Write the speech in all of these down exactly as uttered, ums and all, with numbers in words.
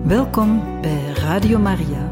Welkom bij Radio Maria.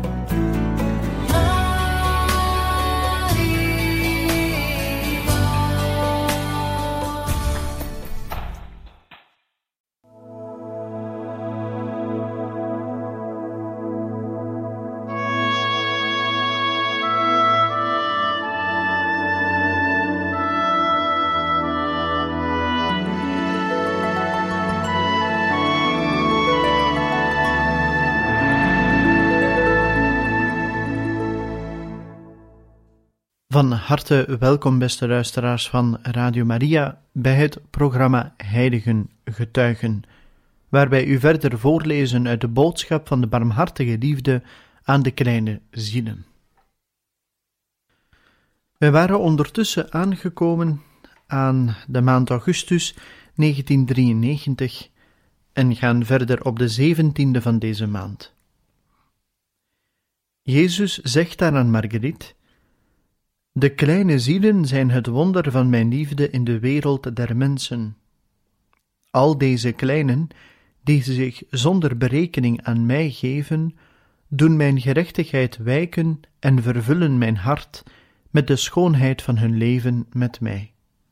Van harte welkom, beste luisteraars van Radio Maria, bij het programma Heiligen Getuigen, waar wij u verder voorlezen uit de boodschap van de barmhartige liefde aan de kleine zielen. Wij waren ondertussen aangekomen aan de maand augustus negentien drieënnegentig en gaan verder op de zeventiende van deze maand. Jezus zegt daar aan Marguerite: de kleine zielen zijn het wonder van mijn liefde in de wereld der mensen. Al deze kleinen, die zich zonder berekening aan mij geven, doen mijn gerechtigheid wijken en vervullen mijn hart met de schoonheid van hun leven met mij.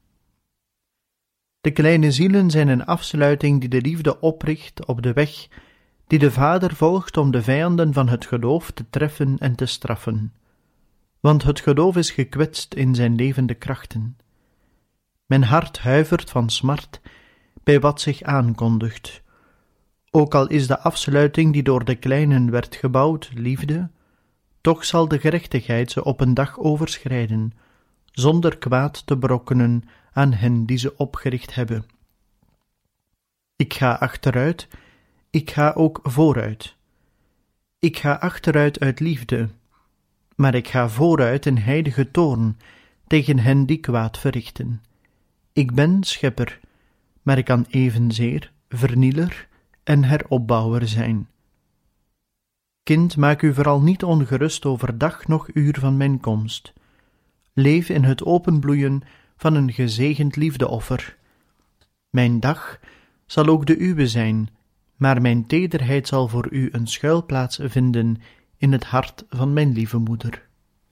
De kleine zielen zijn een afsluiting die de liefde opricht op de weg die de Vader volgt om de vijanden van het geloof te treffen en te straffen. Want het geloof is gekwetst in zijn levende krachten. Mijn hart huivert van smart bij wat zich aankondigt. Ook al is de afsluiting die door de kleinen werd gebouwd liefde, toch zal de gerechtigheid ze op een dag overschrijden, zonder kwaad te berokkenen aan hen die ze opgericht hebben. Ik ga achteruit, ik ga ook vooruit. Ik ga achteruit uit liefde, maar ik ga vooruit in heilige toorn tegen hen die kwaad verrichten. Ik ben schepper, maar ik kan evenzeer vernieler en heropbouwer zijn. Kind, maak u vooral niet ongerust over dag noch uur van mijn komst. Leef in het openbloeien van een gezegend liefdeoffer. Mijn dag zal ook de uwe zijn, maar mijn tederheid zal voor u een schuilplaats vinden in het hart van mijn lieve moeder.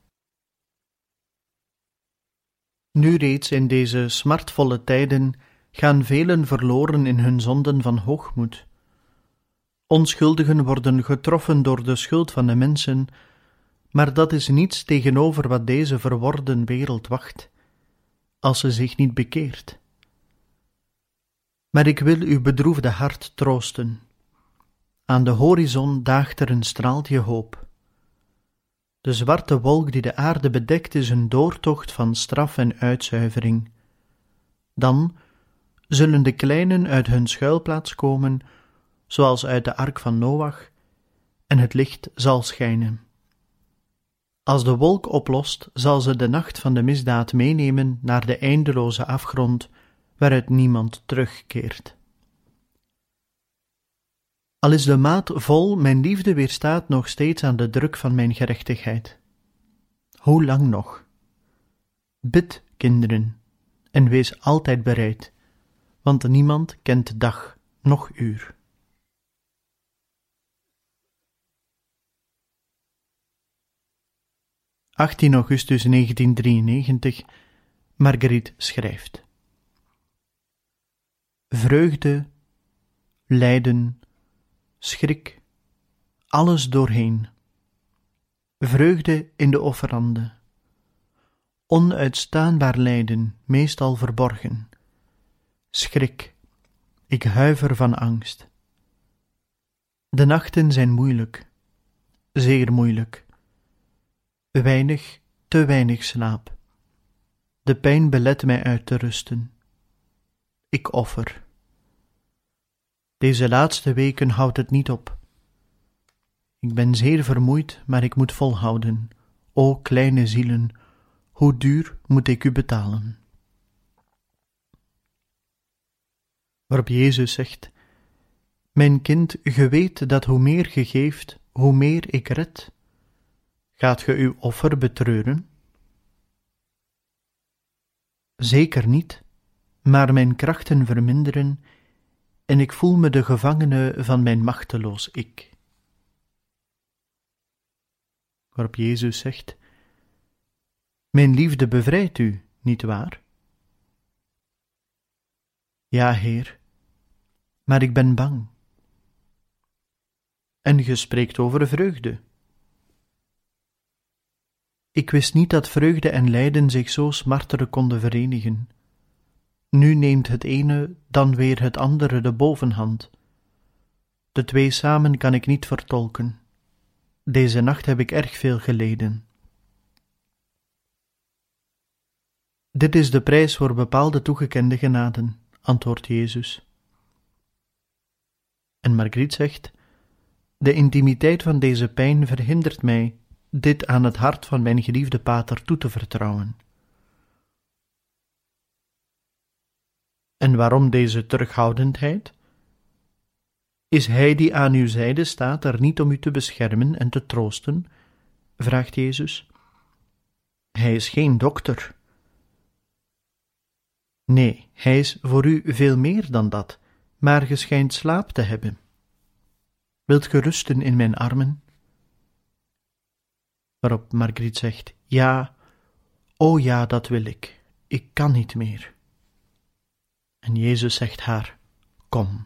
Nu reeds in deze smartvolle tijden gaan velen verloren in hun zonden van hoogmoed. Onschuldigen worden getroffen door de schuld van de mensen, maar dat is niets tegenover wat deze verworden wereld wacht, als ze zich niet bekeert. Maar ik wil uw bedroefde hart troosten. Aan de horizon daagt er een straaltje hoop. De zwarte wolk die de aarde bedekt is een doortocht van straf en uitzuivering. Dan zullen de kleinen uit hun schuilplaats komen, zoals uit de ark van Noach, en het licht zal schijnen. Als de wolk oplost, zal ze de nacht van de misdaad meenemen naar de eindeloze afgrond, waaruit niemand terugkeert. Al is de maat vol, mijn liefde weerstaat nog steeds aan de druk van mijn gerechtigheid. Hoe lang nog? Bid, kinderen, en wees altijd bereid, want niemand kent dag noch uur. achttien augustus negentien drieënnegentig, Marguerite schrijft: vreugde, lijden, schrik, alles doorheen. Vreugde in de offerande. Onuitstaanbaar lijden, meestal verborgen. Schrik, ik huiver van angst. De nachten zijn moeilijk, zeer moeilijk. Weinig, te weinig slaap. De pijn belet mij uit te rusten. Ik offer. Deze laatste weken houdt het niet op. Ik ben zeer vermoeid, maar ik moet volhouden. O kleine zielen, hoe duur moet ik u betalen? Waarop Jezus zegt: mijn kind, ge weet dat hoe meer ge geeft, hoe meer ik red. Gaat ge uw offer betreuren? Zeker niet, maar mijn krachten verminderen en ik voel me de gevangene van mijn machteloos ik. Waarop Jezus zegt: Mijn liefde bevrijdt u, niet waar? Ja, Heer, maar ik ben bang. En ge spreekt over vreugde. Ik wist niet dat vreugde en lijden zich zo smartelijk konden verenigen. Nu neemt het ene, dan weer het andere de bovenhand. De twee samen kan ik niet vertolken. Deze nacht heb ik erg veel geleden. Dit is de prijs voor bepaalde toegekende genaden, antwoordt Jezus. En Margriet zegt: De intimiteit van deze pijn verhindert mij dit aan het hart van mijn geliefde pater toe te vertrouwen. En waarom deze terughoudendheid? Is hij die aan uw zijde staat er niet om u te beschermen en te troosten? Vraagt Jezus. Hij is geen dokter. Nee, hij is voor u veel meer dan dat, maar ge schijnt slaap te hebben. Wilt ge rusten in mijn armen? Waarop Margriet zegt: Ja, o ja, dat wil ik. Ik kan niet meer. En Jezus zegt haar: Kom.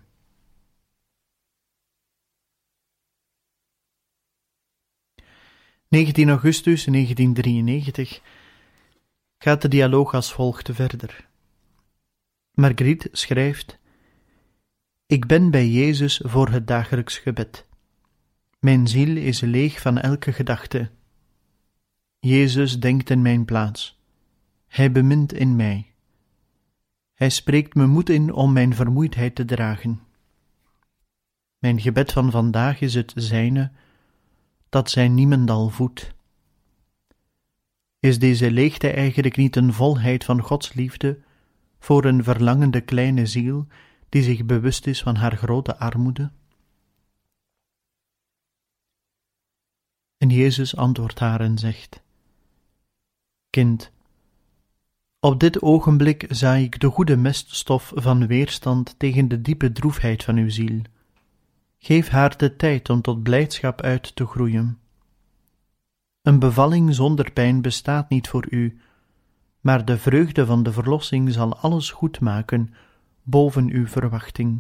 negentien augustus negentiendrieënnegentig gaat de dialoog als volgt verder. Margriet schrijft: Ik ben bij Jezus voor het dagelijks gebed. Mijn ziel is leeg van elke gedachte. Jezus denkt in mijn plaats. Hij bemint in mij. Hij spreekt me moed in om mijn vermoeidheid te dragen. Mijn gebed van vandaag is het zijne, dat zijn niemendal voedt. Is deze leegte eigenlijk niet een volheid van Gods liefde voor een verlangende kleine ziel die zich bewust is van haar grote armoede? En Jezus antwoordt haar en zegt: Kind, op dit ogenblik zaai ik de goede meststof van weerstand tegen de diepe droefheid van uw ziel. Geef haar de tijd om tot blijdschap uit te groeien. Een bevalling zonder pijn bestaat niet voor u, maar de vreugde van de verlossing zal alles goed maken boven uw verwachting.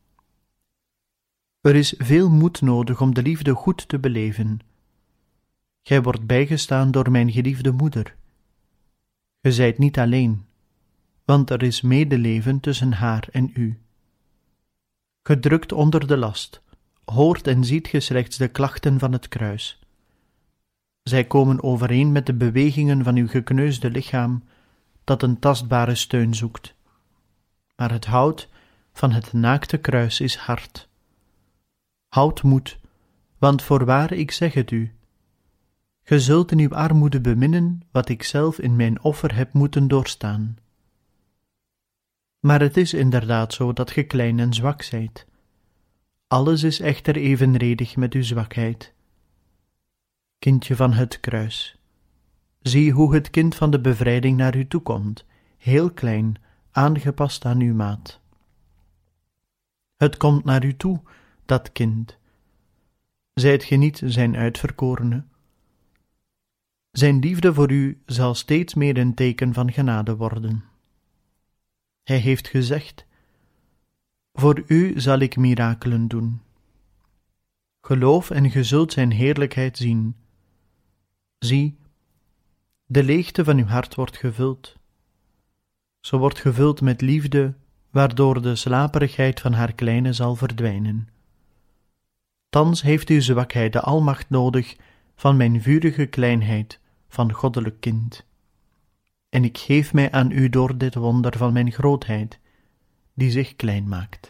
Er is veel moed nodig om de liefde goed te beleven. Gij wordt bijgestaan door mijn geliefde moeder. Ge zijt niet alleen, want er is medeleven tussen haar en u. Gedrukt onder de last, hoort en ziet ge slechts de klachten van het kruis. Zij komen overeen met de bewegingen van uw gekneusde lichaam, dat een tastbare steun zoekt. Maar het hout van het naakte kruis is hard. Houd moed, want voorwaar ik zeg het u, ge zult in uw armoede beminnen wat ik zelf in mijn offer heb moeten doorstaan. Maar het is inderdaad zo dat ge klein en zwak zijt. Alles is echter evenredig met uw zwakheid. Kindje van het kruis, zie hoe het kind van de bevrijding naar u toekomt, heel klein, aangepast aan uw maat. Het komt naar u toe, dat kind. Zijt ge niet zijn uitverkorene? Zijn liefde voor u zal steeds meer een teken van genade worden. Hij heeft gezegd: Voor u zal ik mirakelen doen. Geloof en ge zult zijn heerlijkheid zien. Zie, de leegte van uw hart wordt gevuld. Ze wordt gevuld met liefde, waardoor de slaperigheid van haar kleine zal verdwijnen. Thans heeft uw zwakheid de almacht nodig van mijn vurige kleinheid, van goddelijk kind. En ik geef mij aan u door dit wonder van mijn grootheid, die zich klein maakt.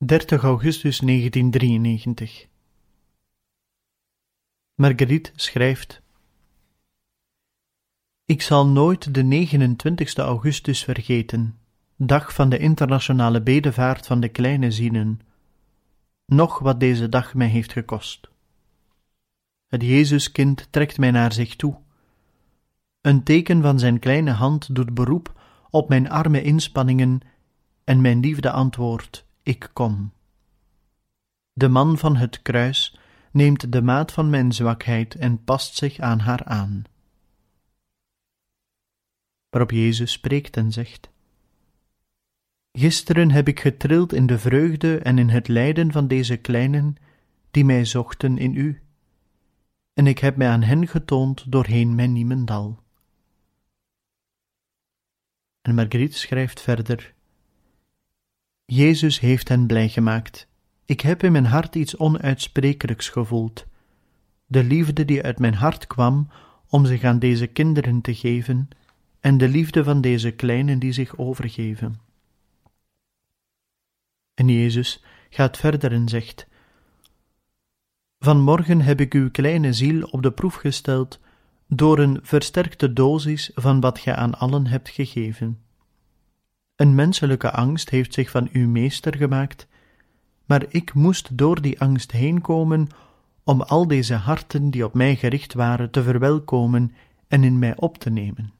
dertig augustus negentiendrieënnegentig. Marguerite schrijft: Ik zal nooit de negenentwintigste augustus vergeten, dag van de internationale bedevaart van de kleine zielen, noch wat deze dag mij heeft gekost. Het Jezuskind trekt mij naar zich toe. Een teken van zijn kleine hand doet beroep op mijn arme inspanningen en mijn liefde antwoordt: ik kom. De man van het kruis neemt de maat van mijn zwakheid en past zich aan haar aan. Waarop Jezus spreekt en zegt: Gisteren heb ik getrild in de vreugde en in het lijden van deze kleinen die mij zochten in u, en ik heb mij aan hen getoond doorheen mijn niemendal. En Marguerite schrijft verder: Jezus heeft hen blij gemaakt. Ik heb in mijn hart iets onuitsprekelijks gevoeld. De liefde die uit mijn hart kwam om zich aan deze kinderen te geven, en de liefde van deze kleinen die zich overgeven. En Jezus gaat verder en zegt: Vanmorgen heb ik uw kleine ziel op de proef gesteld door een versterkte dosis van wat gij aan allen hebt gegeven. Een menselijke angst heeft zich van u meester gemaakt, maar ik moest door die angst heen komen om al deze harten die op mij gericht waren te verwelkomen en in mij op te nemen.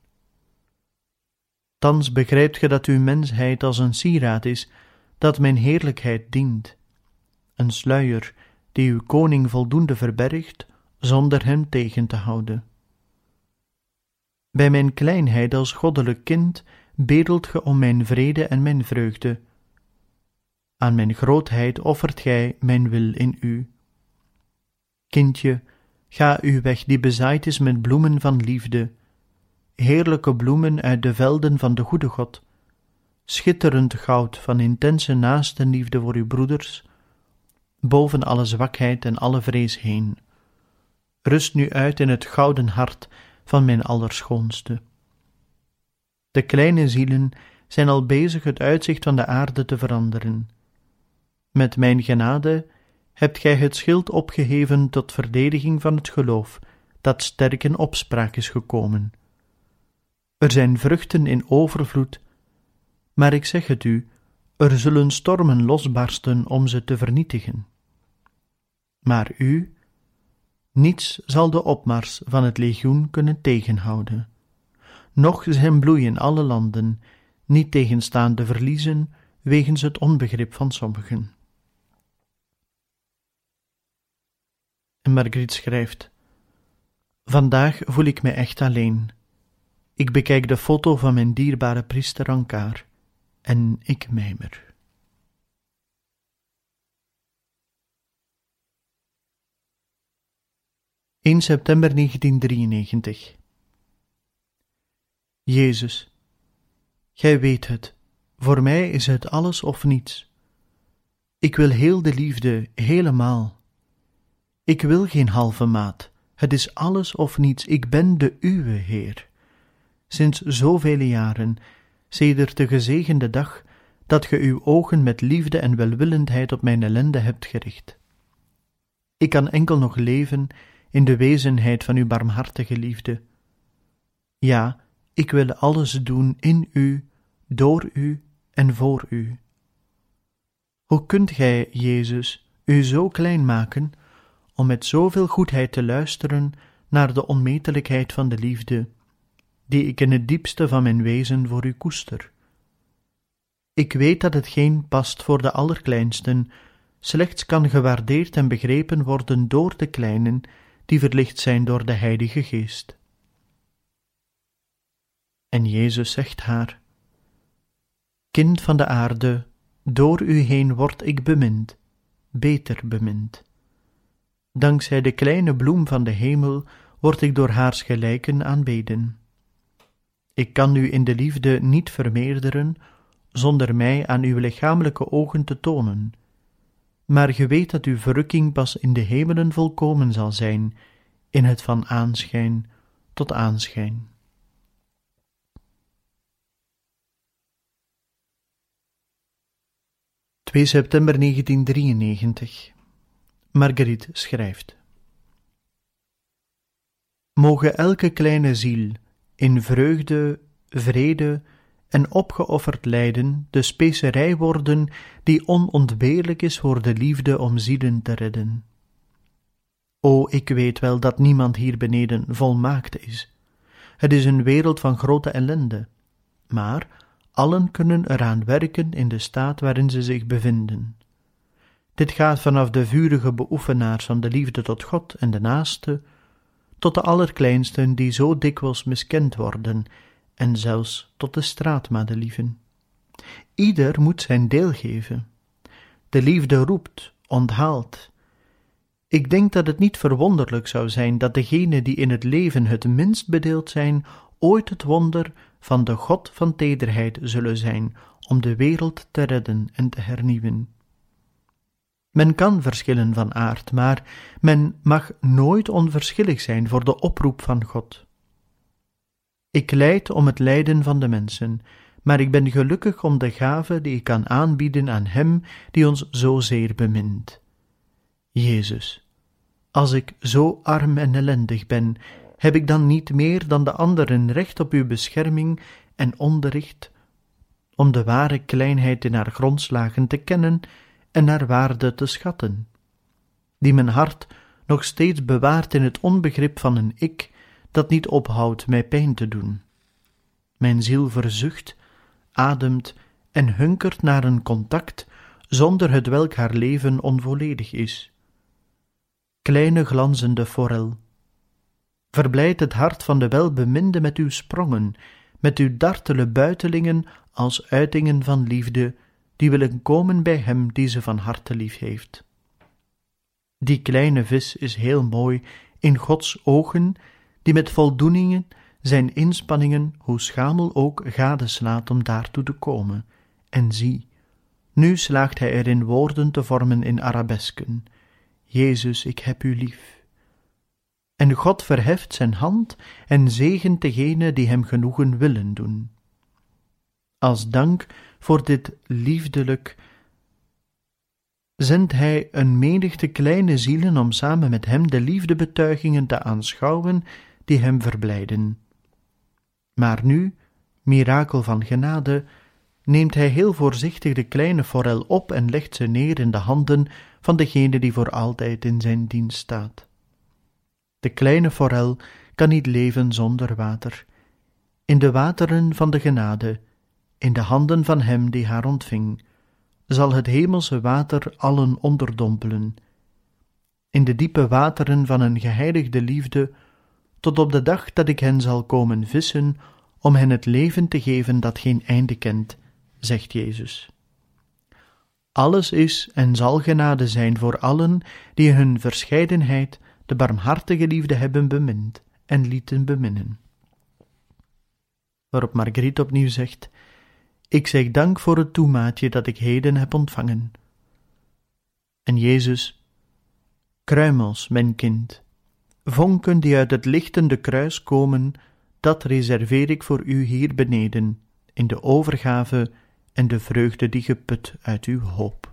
Thans begrijpt ge dat uw mensheid als een sieraad is dat mijn heerlijkheid dient, een sluier die uw koning voldoende verbergt zonder hem tegen te houden. Bij mijn kleinheid als goddelijk kind bedelt ge om mijn vrede en mijn vreugde. Aan mijn grootheid offert gij mijn wil in u. Kindje, ga uw weg die bezaaid is met bloemen van liefde, heerlijke bloemen uit de velden van de goede God, schitterend goud van intense naastenliefde voor uw broeders, boven alle zwakheid en alle vrees heen. Rust nu uit in het gouden hart van mijn allerschoonste. De kleine zielen zijn al bezig het uitzicht van de aarde te veranderen. Met mijn genade hebt gij het schild opgeheven tot verdediging van het geloof, dat sterk in opspraak is gekomen. Er zijn vruchten in overvloed, maar ik zeg het u, er zullen stormen losbarsten om ze te vernietigen. Maar u, niets zal de opmars van het legioen kunnen tegenhouden. Noch zijn bloei in alle landen, niet tegenstaande verliezen, wegens het onbegrip van sommigen. En Marguerite schrijft: Vandaag voel ik me echt alleen. Ik bekijk de foto van mijn dierbare priester Rancard en ik mijmer. eerste september negentiendrieënnegentig. Jezus, gij weet het, voor mij is het alles of niets. Ik wil heel de liefde, helemaal. Ik wil geen halve maat, het is alles of niets, ik ben de uwe, Heer. Sinds zoveel jaren, sedert de gezegende dag, dat ge uw ogen met liefde en welwillendheid op mijn ellende hebt gericht. Ik kan enkel nog leven in de wezenheid van uw barmhartige liefde. Ja, ik wil alles doen in u, door u en voor u. Hoe kunt gij, Jezus, u zo klein maken, om met zoveel goedheid te luisteren naar de onmetelijkheid van de liefde, die ik in het diepste van mijn wezen voor u koester? Ik weet dat hetgeen past voor de allerkleinsten slechts kan gewaardeerd en begrepen worden door de kleinen, die verlicht zijn door de Heilige Geest. En Jezus zegt haar: Kind van de aarde, door u heen word ik bemind, beter bemind. Dankzij de kleine bloem van de hemel word ik door haars gelijken aanbeden. Ik kan u in de liefde niet vermeerderen, zonder mij aan uw lichamelijke ogen te tonen, maar ge weet dat uw verrukking pas in de hemelen volkomen zal zijn, in het van aanschijn tot aanschijn. twee september negentiendrieënnegentig. Marguerite schrijft: Moge elke kleine ziel in vreugde, vrede en opgeofferd lijden de specerij worden die onontbeerlijk is voor de liefde om zielen te redden. O, ik weet wel dat niemand hier beneden volmaakt is. Het is een wereld van grote ellende, maar allen kunnen eraan werken in de staat waarin ze zich bevinden. Dit gaat vanaf de vurige beoefenaars van de liefde tot God en de naaste, tot de allerkleinsten die zo dikwijls miskend worden, en zelfs tot de straatmadelieven. Ieder moet zijn deel geven. De liefde roept, onthaalt. Ik denk dat het niet verwonderlijk zou zijn dat degenen die in het leven het minst bedeeld zijn, ooit het wonder van de God van tederheid zullen zijn, om de wereld te redden en te hernieuwen. Men kan verschillen van aard, maar men mag nooit onverschillig zijn voor de oproep van God. Ik lijd om het lijden van de mensen, maar ik ben gelukkig om de gave die ik kan aanbieden aan Hem die ons zozeer bemint. Jezus, als ik zo arm en ellendig ben, heb ik dan niet meer dan de anderen recht op uw bescherming en onderricht, om de ware kleinheid in haar grondslagen te kennen en haar waarde te schatten, die mijn hart nog steeds bewaart in het onbegrip van een ik dat niet ophoudt mij pijn te doen. Mijn ziel verzucht, ademt en hunkert naar een contact zonder het welk haar leven onvolledig is. Kleine glanzende forel, verblijd het hart van de welbeminde met uw sprongen, met uw dartele buitelingen als uitingen van liefde, die willen komen bij hem die ze van harte lief heeft. Die kleine vis is heel mooi in Gods ogen, die met voldoeningen zijn inspanningen, hoe schamel ook, gadeslaat om daartoe te komen. En zie, nu slaagt hij erin woorden te vormen in arabesken. Jezus, ik heb u lief. En God verheft zijn hand en zegent degene die hem genoegen willen doen. Als dank voor dit liefdelijk zendt hij een menigte kleine zielen om samen met hem de liefdebetuigingen te aanschouwen die hem verblijden. Maar nu, mirakel van genade, neemt hij heel voorzichtig de kleine forel op en legt ze neer in de handen van degene die voor altijd in zijn dienst staat. De kleine forel kan niet leven zonder water. In de wateren van de genade, in de handen van hem die haar ontving, zal het hemelse water allen onderdompelen. In de diepe wateren van een geheiligde liefde, tot op de dag dat ik hen zal komen vissen, om hen het leven te geven dat geen einde kent, zegt Jezus. Alles is en zal genade zijn voor allen die hun verscheidenheid de barmhartige liefde hebben bemind en lieten beminnen. Waarop Marguerite opnieuw zegt: Ik zeg dank voor het toemaatje dat ik heden heb ontvangen. En Jezus: Kruimels, mijn kind, vonken die uit het lichtende kruis komen, dat reserveer ik voor u hier beneden, in de overgave en de vreugde die geput uit uw hoop.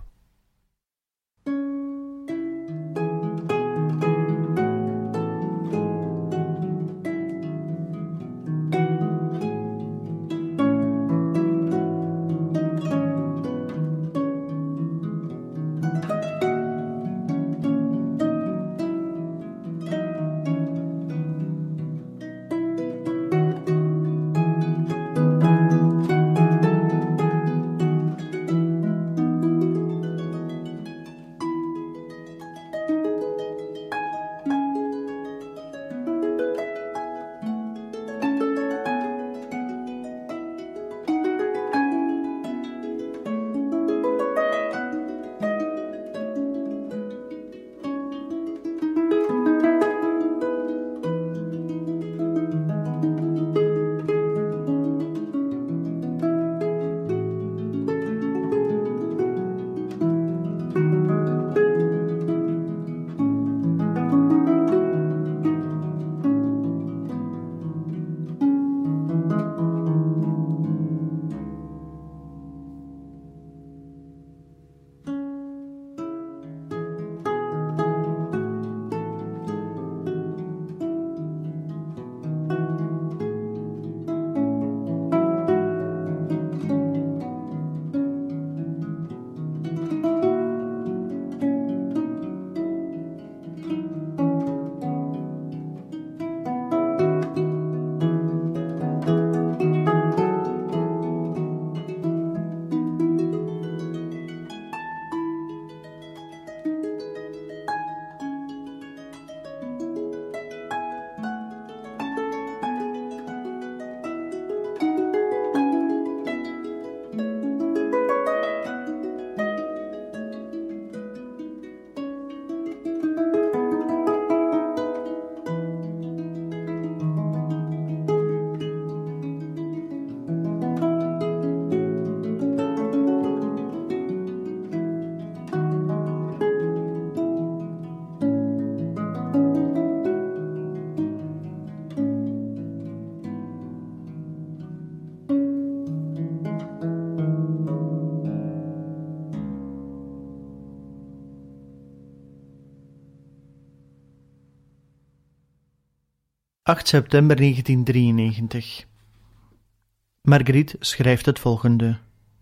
acht september negentiendrieënnegentig. Marguerite schrijft het volgende.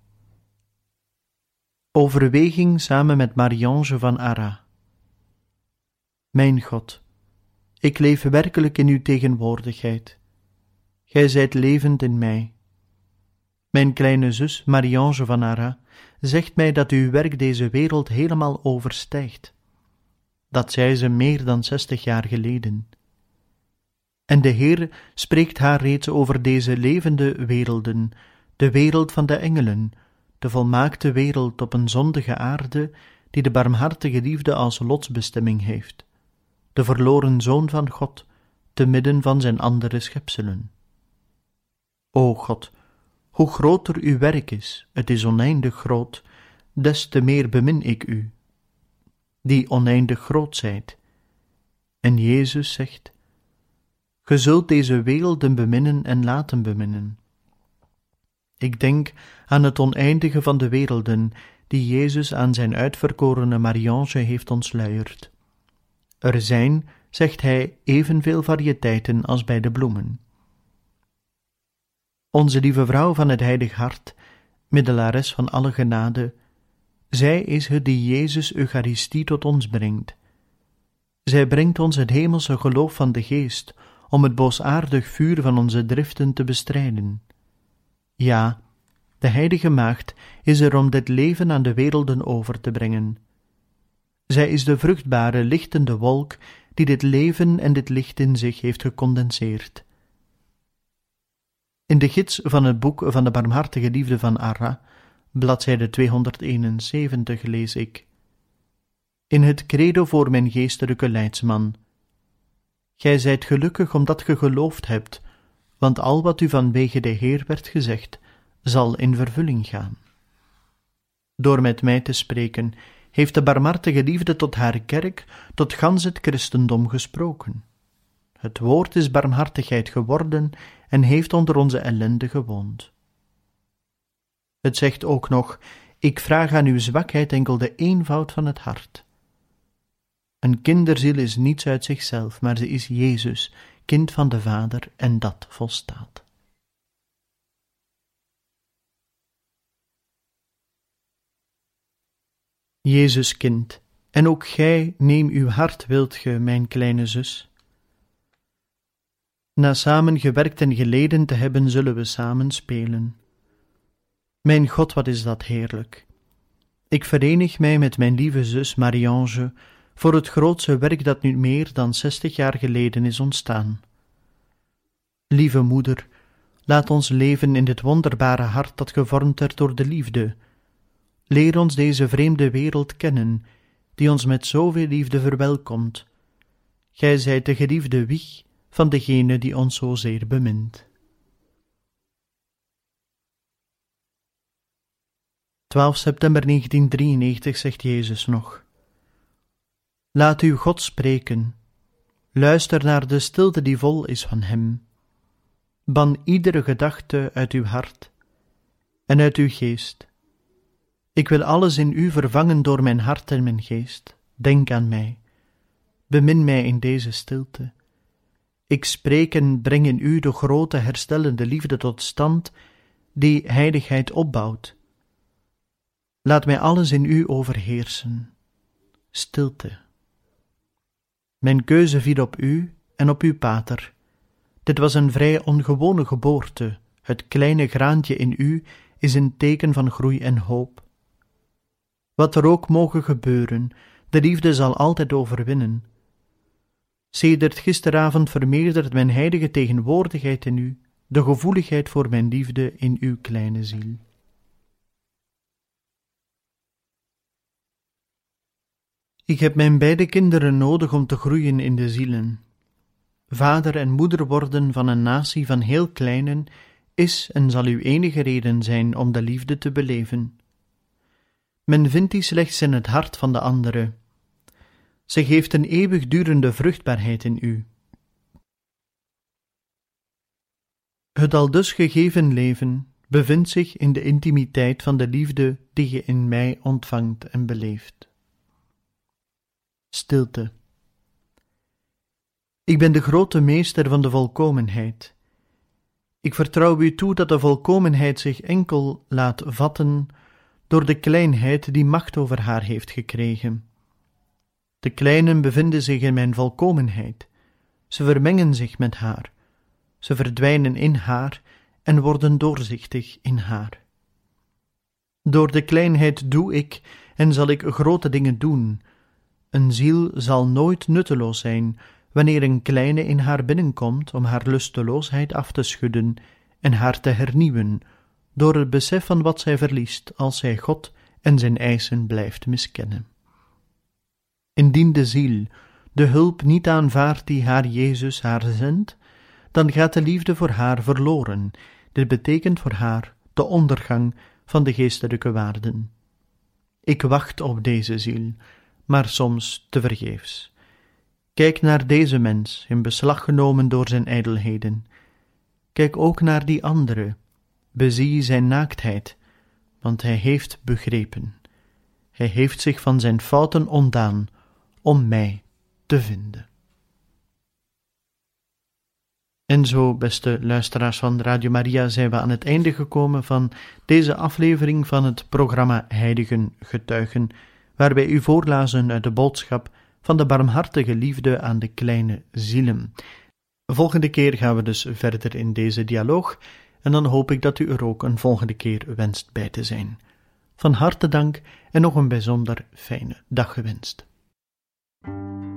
Overweging samen met Marie-Ange van Arras. Mijn God, ik leef werkelijk in uw tegenwoordigheid. Gij zijt levend in mij. Mijn kleine zus Marie-Ange van Arras zegt mij dat uw werk deze wereld helemaal overstijgt. Dat zei ze meer dan zestig jaar geleden. En de Heer spreekt haar reeds over deze levende werelden, de wereld van de engelen, de volmaakte wereld op een zondige aarde die de barmhartige liefde als lotsbestemming heeft, de verloren Zoon van God, te midden van zijn andere schepselen. O God, hoe groter uw werk is, het is oneindig groot, des te meer bemin ik u, die oneindig groot zijt. En Jezus zegt, ge zult deze werelden beminnen en laten beminnen. Ik denk aan het oneindige van de werelden, die Jezus aan zijn uitverkorene Marie-Ange heeft ontsluierd. Er zijn, zegt hij, evenveel variëteiten als bij de bloemen. Onze lieve vrouw van het heilig hart, middelares van alle genade, zij is het die Jezus Eucharistie tot ons brengt. Zij brengt ons het hemelse geloof van de Geest, om het boosaardig vuur van onze driften te bestrijden. Ja, de heilige maagd is er om dit leven aan de werelden over te brengen. Zij is de vruchtbare, lichtende wolk die dit leven en dit licht in zich heeft gecondenseerd. In de gids van het boek van de barmhartige liefde van Arras, bladzijde tweehonderdeenenzeventig, lees ik: in het credo voor mijn geestelijke leidsman: gij zijt gelukkig omdat ge geloofd hebt, want al wat u vanwege de Heer werd gezegd, zal in vervulling gaan. Door met mij te spreken, heeft de barmhartige liefde tot haar kerk, tot gans het christendom gesproken. Het woord is barmhartigheid geworden en heeft onder onze ellende gewoond. Het zegt ook nog: ik vraag aan uw zwakheid enkel de eenvoud van het hart. Een kinderziel is niets uit zichzelf, maar ze is Jezus, kind van de Vader, en dat volstaat. Jezus kind, en ook gij neem uw hart wilt ge, mijn kleine zus. Na samen gewerkt en geleden te hebben, zullen we samen spelen. Mijn God, wat is dat heerlijk! Ik verenig mij met mijn lieve zus Marie-Ange voor het grootste werk dat nu meer dan zestig jaar geleden is ontstaan. Lieve moeder, laat ons leven in dit wonderbare hart dat gevormd werd door de liefde. Leer ons deze vreemde wereld kennen, die ons met zoveel liefde verwelkomt. Gij zijt de geliefde wieg van degene die ons zozeer bemint. twaalf september negentiendrieënnegentig zegt Jezus nog: laat uw God spreken, luister naar de stilte die vol is van hem. Ban iedere gedachte uit uw hart en uit uw geest. Ik wil alles in u vervangen door mijn hart en mijn geest. Denk aan mij, bemin mij in deze stilte. Ik spreek en breng in u de grote herstellende liefde tot stand, die heiligheid opbouwt. Laat mij alles in u overheersen. Stilte. Mijn keuze viel op u en op uw pater. Dit was een vrij ongewone geboorte. Het kleine graantje in u is een teken van groei en hoop. Wat er ook moge gebeuren, de liefde zal altijd overwinnen. Sedert gisteravond vermeerdert mijn heilige tegenwoordigheid in u, de gevoeligheid voor mijn liefde in uw kleine ziel. Ik heb mijn beide kinderen nodig om te groeien in de zielen. Vader en moeder worden van een natie van heel kleinen is en zal uw enige reden zijn om de liefde te beleven. Men vindt die slechts in het hart van de andere. Ze geeft een eeuwigdurende vruchtbaarheid in u. Het aldus gegeven leven bevindt zich in de intimiteit van de liefde die je in mij ontvangt en beleeft. Stilte. Ik ben de grote meester van de volkomenheid. Ik vertrouw u toe dat de volkomenheid zich enkel laat vatten door de kleinheid die macht over haar heeft gekregen. De kleinen bevinden zich in mijn volkomenheid. Ze vermengen zich met haar. Ze verdwijnen in haar en worden doorzichtig in haar. Door de kleinheid doe ik en zal ik grote dingen doen. Een ziel zal nooit nutteloos zijn wanneer een kleine in haar binnenkomt om haar lusteloosheid af te schudden en haar te hernieuwen door het besef van wat zij verliest als zij God en zijn eisen blijft miskennen. Indien de ziel de hulp niet aanvaardt die haar Jezus haar zendt, dan gaat de liefde voor haar verloren. Dit betekent voor haar de ondergang van de geestelijke waarden. Ik wacht op deze ziel, maar soms tevergeefs. Kijk naar deze mens, in beslag genomen door zijn ijdelheden. Kijk ook naar die andere, bezie zijn naaktheid, want hij heeft begrepen. Hij heeft zich van zijn fouten ontdaan om mij te vinden. En zo, beste luisteraars van Radio Maria, zijn we aan het einde gekomen van deze aflevering van het programma Heiligen Getuigen, waar wij u voorlazen uit de boodschap van de barmhartige liefde aan de kleine zielen. Volgende keer gaan we dus verder in deze dialoog, en dan hoop ik dat u er ook een volgende keer wenst bij te zijn. Van harte dank en nog een bijzonder fijne dag gewenst.